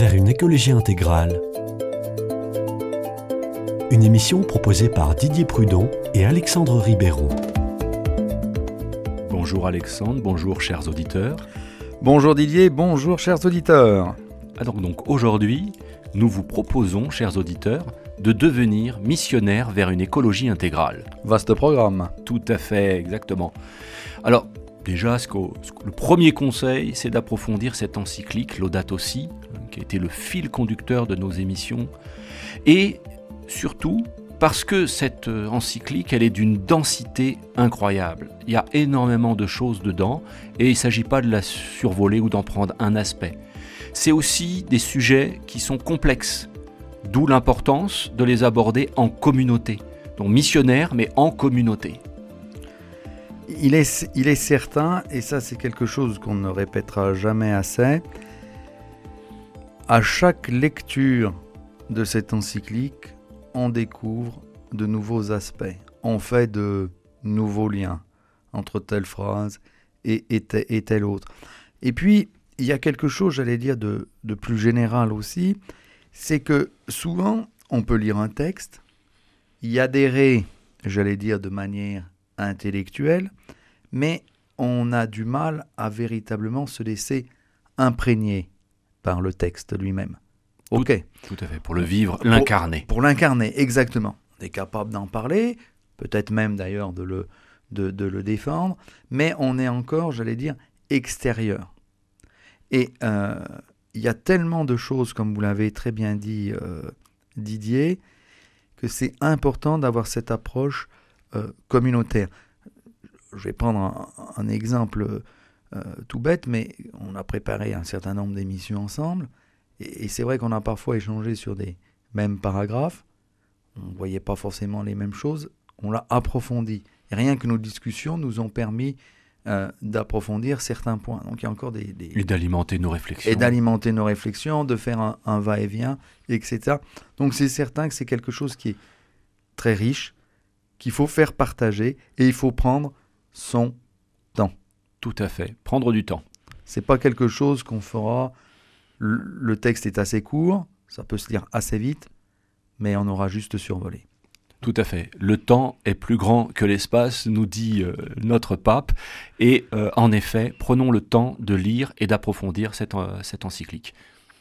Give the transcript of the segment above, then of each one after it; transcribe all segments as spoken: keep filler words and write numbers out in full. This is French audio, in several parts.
vers une écologie intégrale. Une émission proposée par Didier Prudon et Alexandre Ribéron. Bonjour Alexandre, bonjour chers auditeurs. Bonjour Didier, bonjour chers auditeurs. Alors donc aujourd'hui, nous vous proposons, chers auditeurs, de devenir missionnaires vers une écologie intégrale. Vaste programme. Tout à fait, exactement. Alors, déjà, ce que, ce que, le premier conseil, c'est d'approfondir cette encyclique Laudato Si, qui a été le fil conducteur de nos émissions, et surtout parce que cette encyclique, elle est d'une densité incroyable. Il y a énormément de choses dedans, et il ne s'agit pas de la survoler ou d'en prendre un aspect. C'est aussi des sujets qui sont complexes, d'où l'importance de les aborder en communauté. Donc missionnaires, mais en communauté. Il est, il est certain, et ça c'est quelque chose qu'on ne répétera jamais assez, à chaque lecture de cette encyclique, on découvre de nouveaux aspects. On fait de nouveaux liens entre telle phrase et, et, et telle autre. Et puis, il y a quelque chose, j'allais dire, de, de plus général aussi, c'est que souvent, on peut lire un texte, y adhérer, j'allais dire, de manière intellectuelle, mais on a du mal à véritablement se laisser imprégner par le texte lui-même. Ok. Tout, tout à fait, pour le vivre, pour, l'incarner. Pour l'incarner, exactement. On est capable d'en parler, peut-être même d'ailleurs de le, de, de le défendre, mais on est encore, j'allais dire, extérieur. Et il euh, y a tellement de choses, comme vous l'avez très bien dit, euh, Didier, que c'est important d'avoir cette approche euh, communautaire. Je vais prendre un, un exemple euh, tout bête, mais on a préparé un certain nombre d'émissions ensemble, et, et c'est vrai qu'on a parfois échangé sur des mêmes paragraphes, on ne voyait pas forcément les mêmes choses, on l'a approfondi. Et rien que nos discussions nous ont permis Euh, d'approfondir certains points. Donc il y a encore des, des... Et d'alimenter nos réflexions. Et d'alimenter nos réflexions, de faire un, un va-et-vient, et cetera. Donc c'est certain que c'est quelque chose qui est très riche, qu'il faut faire partager, et il faut prendre son temps. Tout à fait, prendre du temps. C'est pas quelque chose qu'on fera... Le, le texte est assez court, ça peut se lire assez vite, mais on aura juste survolé. Tout à fait. Le temps est plus grand que l'espace, nous dit euh, notre pape. Et euh, en effet, prenons le temps de lire et d'approfondir cette, euh, cette encyclique.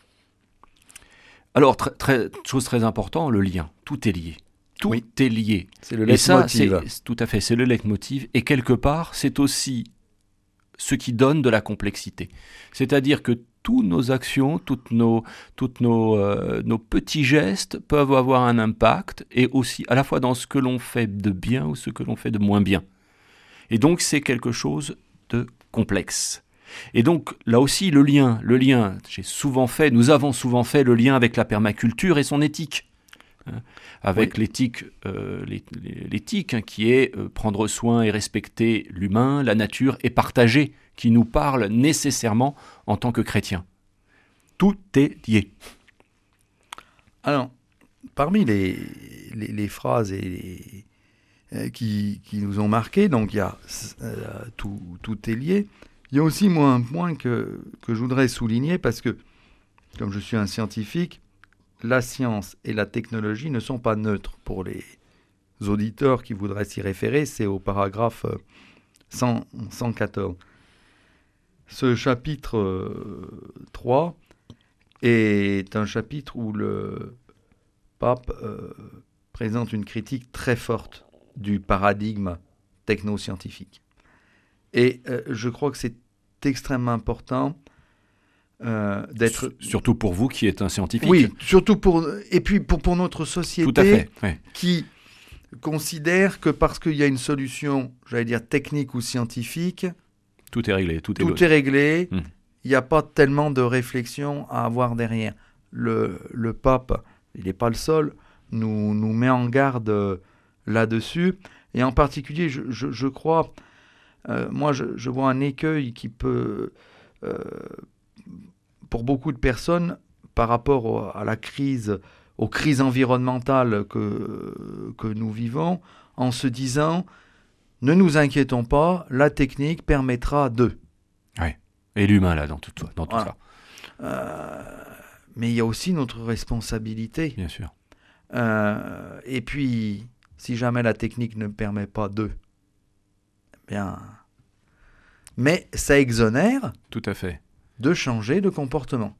Alors, très, très, chose très importante, le lien. Tout est lié. Tout oui. est lié. C'est le leitmotiv. Et ça, c'est, tout à fait, c'est le leitmotiv. Et quelque part, c'est aussi ce qui donne de la complexité. C'est-à-dire que toutes nos actions, toutes nos, toutes nos, euh, nos petits gestes peuvent avoir un impact, et aussi à la fois dans ce que l'on fait de bien ou ce que l'on fait de moins bien. Et donc c'est quelque chose de complexe. Et donc là aussi le lien, le lien, j'ai souvent fait, nous avons souvent fait le lien avec la permaculture et son éthique. Hein, avec oui. l'éthique, euh, l'éthique hein, qui est euh, prendre soin et respecter l'humain, la nature et partager, qui nous parle nécessairement en tant que chrétiens. Tout est lié. Alors, parmi les, les, les phrases et les, euh, qui, qui nous ont marqués, donc il y a euh, tout, tout est lié, il y a aussi moi un point que, que je voudrais souligner, parce que, comme je suis un scientifique, la science et la technologie ne sont pas neutres. Pour les auditeurs qui voudraient s'y référer, c'est au paragraphe cent, cent quatorze. Ce chapitre euh, trois est un chapitre où le pape euh, présente une critique très forte du paradigme technoscientifique. Et euh, je crois que c'est extrêmement important Euh, d'être... Surtout pour vous qui êtes un scientifique. Oui, surtout pour... Et puis pour, pour notre société. Tout à fait, oui. Qui considère que parce qu'il y a une solution, j'allais dire technique ou scientifique, tout est réglé. Tout est, tout est réglé. Il mmh. n'y a pas tellement de réflexion à avoir derrière. Le, le pape, il n'est pas le seul, nous, nous met en garde euh, là-dessus. Et en particulier, je, je, je crois, euh, moi je, je vois un écueil qui peut... Euh, pour beaucoup de personnes, par rapport au, à la crise, aux crises environnementales que, que nous vivons, en se disant, ne nous inquiétons pas, la technique permettra de... Oui, et l'humain là, dans tout, dans tout voilà. ça. Euh, mais il y a aussi notre responsabilité. Bien sûr. Euh, et puis, si jamais la technique ne permet pas de, bien, mais ça exonère Tout à fait. de changer de comportement.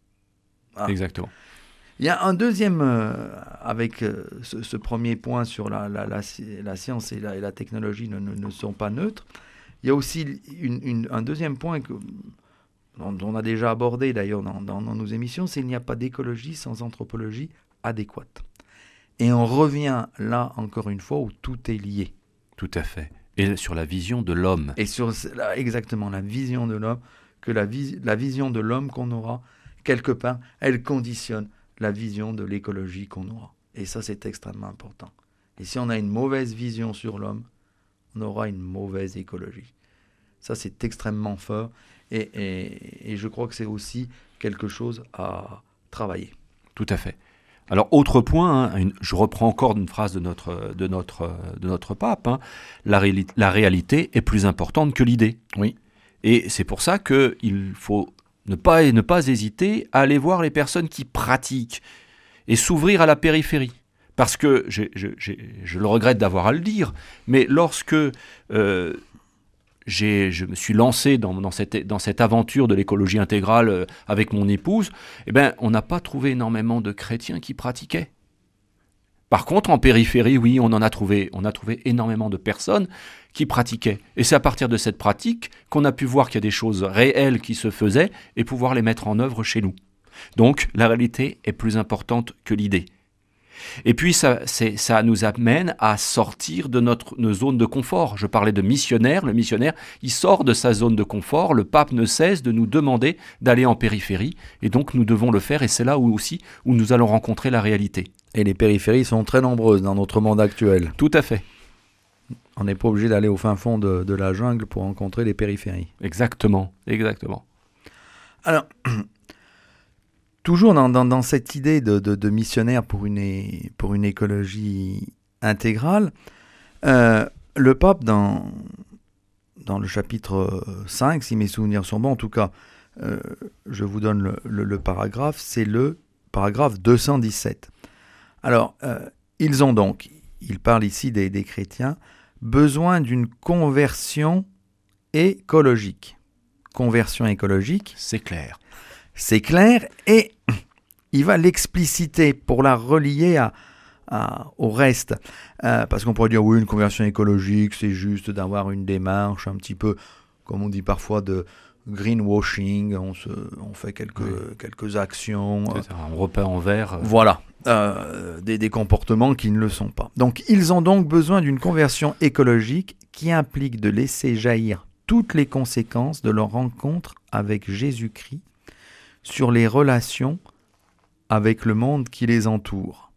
Ah. Exactement. Il y a un deuxième, euh, avec euh, ce, ce premier point sur la, la, la, la science et la, et la technologie ne, ne, ne sont pas neutres. Il y a aussi une, une, un deuxième point que, dont on a déjà abordé d'ailleurs dans, dans, dans nos émissions, c'est qu'il n'y a pas d'écologie sans anthropologie adéquate. Et on revient là, encore une fois, où tout est lié. Tout à fait. Et sur la vision de l'homme. Et sur la, exactement la vision de l'homme, que la, vis, la vision de l'homme qu'on aura, quelque part, elle conditionne la vision de l'écologie qu'on aura. Et ça, c'est extrêmement important. Et si on a une mauvaise vision sur l'homme, on aura une mauvaise écologie. Ça, c'est extrêmement fort. Et, et, et je crois que c'est aussi quelque chose à travailler. Tout à fait. Alors, autre point, hein, une, je reprends encore une phrase de notre, de notre, de notre pape, hein, la, réali- la réalité est plus importante que l'idée. Oui. Et c'est pour ça qu'il faut ne pas, ne pas hésiter à aller voir les personnes qui pratiquent et s'ouvrir à la périphérie. Parce que, j'ai, j'ai, j'ai, je le regrette d'avoir à le dire, mais lorsque euh, j'ai, je me suis lancé dans, dans, cette, dans cette aventure de l'écologie intégrale euh, avec mon épouse, eh ben, on n'a pas trouvé énormément de chrétiens qui pratiquaient. Par contre, en périphérie, oui, on en a trouvé, on a trouvé énormément de personnes qui pratiquaient. Et c'est à partir de cette pratique qu'on a pu voir qu'il y a des choses réelles qui se faisaient et pouvoir les mettre en œuvre chez nous. Donc, la réalité est plus importante que l'idée. Et puis, ça, c'est, ça nous amène à sortir de notre, notre zone de confort. Je parlais de missionnaire. Le missionnaire, il sort de sa zone de confort. Le pape ne cesse de nous demander d'aller en périphérie. Et donc, nous devons le faire. Et c'est là où aussi où nous allons rencontrer la réalité. Et les périphéries sont très nombreuses dans notre monde actuel. Tout à fait. On n'est pas obligé d'aller au fin fond de, de la jungle pour rencontrer les périphéries. Exactement, exactement. Alors, toujours dans, dans, dans cette idée de, de, de missionnaire pour une, pour une écologie intégrale, euh, le pape, dans, dans le chapitre cinq, si mes souvenirs sont bons, en tout cas, euh, je vous donne le, le, le paragraphe, c'est le paragraphe deux cent dix-sept. Alors, euh, ils ont donc, il parle ici des, des chrétiens, besoin d'une conversion écologique. Conversion écologique. C'est clair. C'est clair, et il va l'expliciter pour la relier à, à, au reste. Euh, parce qu'on pourrait dire, oui, une conversion écologique, c'est juste d'avoir une démarche un petit peu, comme on dit parfois, de greenwashing, on, se, on fait quelques, oui. quelques actions. C'est ça, on repeint en vert. Euh... Voilà, euh, des, des comportements qui ne le sont pas. Donc, ils ont donc besoin d'une conversion écologique qui implique de laisser jaillir toutes les conséquences de leur rencontre avec Jésus-Christ sur les relations avec le monde qui les entoure.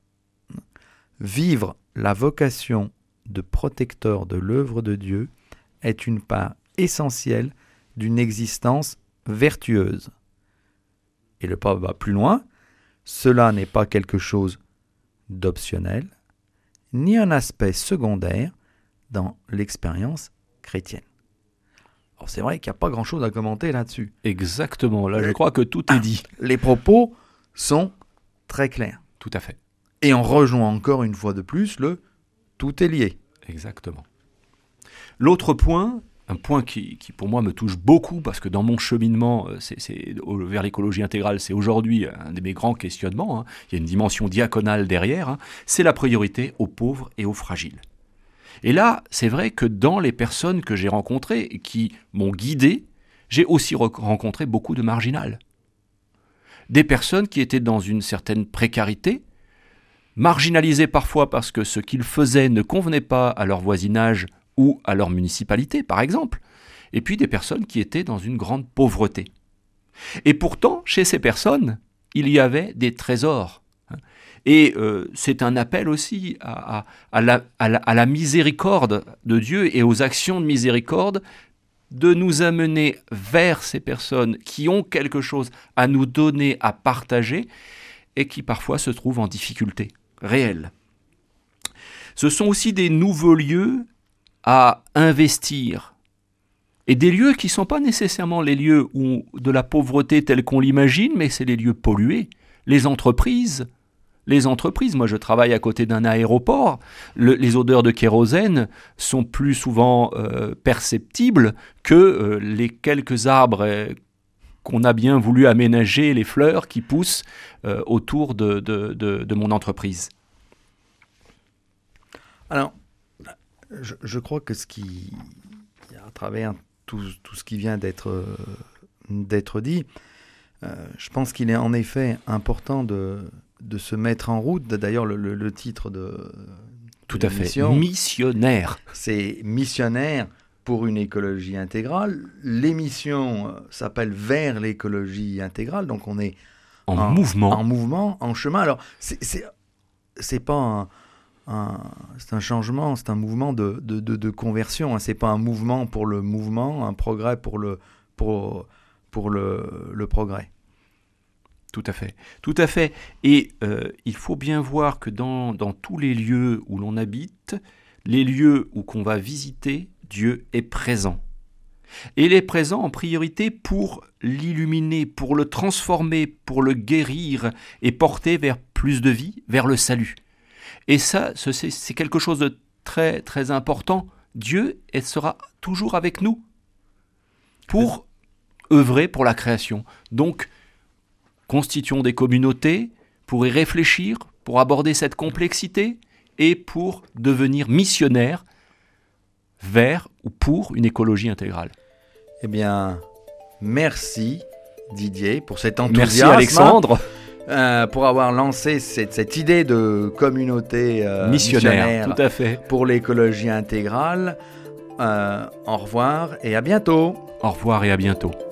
Vivre la vocation de protecteur de l'œuvre de Dieu est une part essentielle d'une existence vertueuse. Et le pape va plus loin, cela n'est pas quelque chose d'optionnel, ni un aspect secondaire dans l'expérience chrétienne. Alors c'est vrai qu'il n'y a pas grand-chose à commenter là-dessus. Exactement, là je crois que tout est dit. Les propos sont très clairs. Tout à fait. Et on rejoint encore une fois de plus le « tout est lié ». Exactement. L'autre point, un point qui, qui pour moi me touche beaucoup, parce que dans mon cheminement c'est, c'est, vers l'écologie intégrale, c'est aujourd'hui un de mes grands questionnements, hein. Il y a une dimension diaconale derrière, hein. C'est la priorité aux pauvres et aux fragiles. Et là, c'est vrai que dans les personnes que j'ai rencontrées et qui m'ont guidé, j'ai aussi rencontré beaucoup de marginales. Des personnes qui étaient dans une certaine précarité, marginalisées parfois parce que ce qu'ils faisaient ne convenait pas à leur voisinage ou à leur municipalité, par exemple, et puis des personnes qui étaient dans une grande pauvreté. Et pourtant, chez ces personnes, il y avait des trésors. Et euh, c'est un appel aussi à, à, à, la, à, la, à la miséricorde de Dieu et aux actions de miséricorde, de nous amener vers ces personnes qui ont quelque chose à nous donner, à partager, et qui parfois se trouvent en difficulté réelle. Ce sont aussi des nouveaux lieux à investir Et des lieux qui ne sont pas nécessairement les lieux où, de la pauvreté telle qu'on l'imagine, mais c'est les lieux pollués. Les entreprises, les entreprises, moi je travaille à côté d'un aéroport, le, les odeurs de kérosène sont plus souvent euh, perceptibles que euh, les quelques arbres euh, qu'on a bien voulu aménager, les fleurs qui poussent euh, autour de, de, de, de mon entreprise. Alors, je, je crois que ce qui, à travers tout, tout ce qui vient d'être, euh, d'être dit, euh, je pense qu'il est en effet important de, de se mettre en route. D'ailleurs, le, le, le titre de, tout de à fait, mission, missionnaire. C'est missionnaire pour une écologie intégrale. L'émission euh, s'appelle Vers l'écologie intégrale, donc on est en, en mouvement, en mouvement, en chemin. Alors, c'est, c'est, c'est pas un Un, c'est un changement, c'est un mouvement de, de, de, de conversion. Hein. C'est pas un mouvement pour le mouvement, un progrès pour le, pour, pour le, le progrès. Tout à fait, tout à fait. Et euh, il faut bien voir que dans, dans tous les lieux où l'on habite, les lieux où qu'on va visiter, Dieu est présent. Et il est présent en priorité pour l'illuminer, pour le transformer, pour le guérir et porter vers plus de vie, vers le salut. Et ça, c'est, c'est quelque chose de très, très important. Dieu elle sera toujours avec nous pour œuvrer pour la création. Donc, constituons des communautés pour y réfléchir, pour aborder cette complexité et pour devenir missionnaires vers ou pour une écologie intégrale. Eh bien, merci Didier pour cet enthousiasme. Merci Alexandre. Euh, pour avoir lancé cette, cette idée de communauté euh, missionnaire, missionnaire tout à fait. Pour l'écologie intégrale. Euh, au revoir et à bientôt. Au revoir et à bientôt.